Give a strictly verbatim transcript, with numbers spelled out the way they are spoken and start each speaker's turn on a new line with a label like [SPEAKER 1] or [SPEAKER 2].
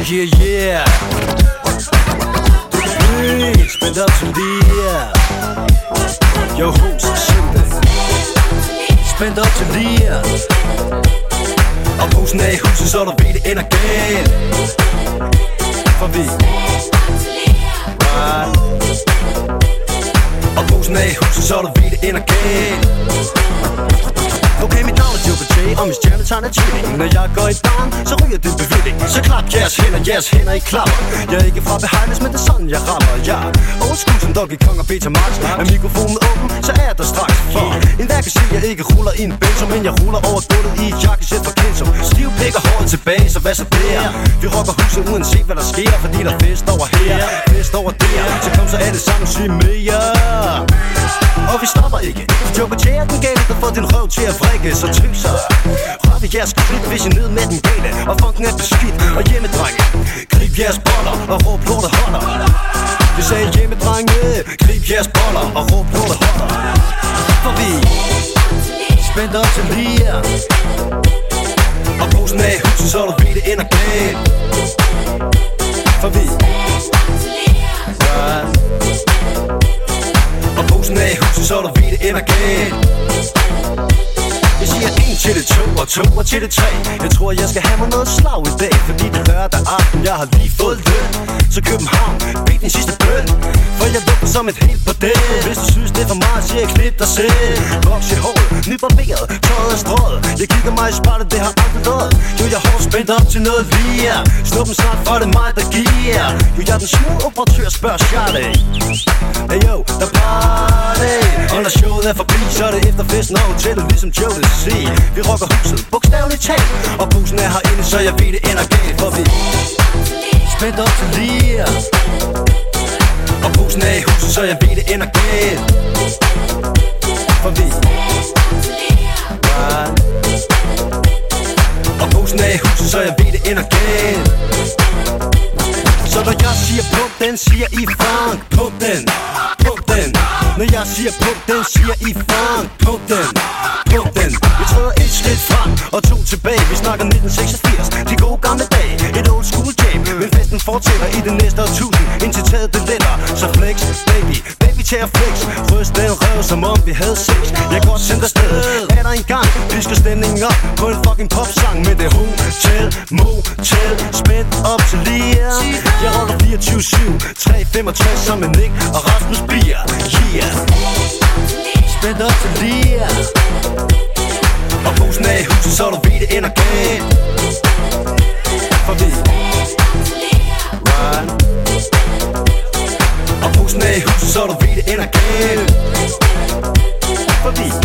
[SPEAKER 1] Yeah, yeah. Du kan blive spændt op til lige. Yo, hos Sunday. Spændt op til lige. Og posen er i huset, så du ved det ender galt. For vi right. Og posen er i huset, så du ved det ender galt. Okay, mit navn er Joker J, og min stjernetegn er tvilling. Når jeg går i barn, så ryger det bevilling. Så klap jeres hænder, jeres hænder i klapper. Jeg er ikke fra Behind, men det er sådan jeg rammer. Jeg er old school som Donkey Kong og Betamax. Er mikrofonen åben, så er der straks. For en dag kan se, jeg ikke ruller i en benzo, men jeg ruller over gulvet i et jakkesæt fra Kenzo. Stiv pæk og håret tilbage, så hvad så der? Vi rocker huset uanset hvad der sker, fordi der er fest over her, fest over der. Så kom så alle sammen, sig mere. Og vi stopper ikke. Joker J er den gale, der får din røv til at vrikke. Så tøser rør vi jeres klip, hvis I ned med den gale. Og funken er beskidt og hjemmedrenge. Grib jeres boller og råb lortet holder. Vi sagde hjemmedrenge. Grib jeres boller og råb lortet holder. For vi spændt op til lige. Og posen er i huset, så du ved det ender galt. For vi right. Og posen er i huset, så du ved det ender galt. Jeg siger en til det to og to og til det tre. Jeg tror jeg skal have mig noget slag i dag, fordi det lørdag aften, jeg har lige fået løn. Så København, bed din sidste bøn, for jeg lukker som et helt bordel. Hvis du synes det er for meget, så jeg knip dig selv. Voks i håret, nybarberet, tøjet og strået. Jeg kigger mig i spejlet, det har aldrig noget. Jo, jeg er hårdt spændt op til noget lige. Snuppen snart, for det er mig, der giver. Jo, jeg er den små operatør, spørger Charlie. Hey yo, der party. Og når showet er forbi, så er det efter festen og hotellet, ligesom Joe det siger. Vi rocker huset, bogstaveligt talt. Og posen er herinde, så jeg ved det ender galt. For vi spændt op til lige. Og posen er i huset, så jeg ved det ender galt. For vi right. Og posen er i huset, så jeg ved det ender galt. Så når jeg siger pump den, siger I funk. Pump den, pump den. Når jeg siger pump den, siger I funk. Pump den, pump den. Vi træder et skridt frem og to tilbage. Vi snakker nitten seksogfirs, de gode gamle dage. Et old school jam, men festen fortsætter i det næste årtusind. Indtil taget det letter, så flex, baby, baby tager flex. Ryst den røv, som om vi havde sex. Jeg går sendt afsted, er der en gang. Pisker stemningen op på en fucking popsang. Med det hotel, motel, spændt op til lige. Jeg roller fireogtyve syv, tre femogtres som med Nick og Rasmus Bier. Yeah. Spændt op til lige. Og posen er i huset, så du ved det ender galt. For vi right. Og posen er i huset, så du ved det ender galt. For vi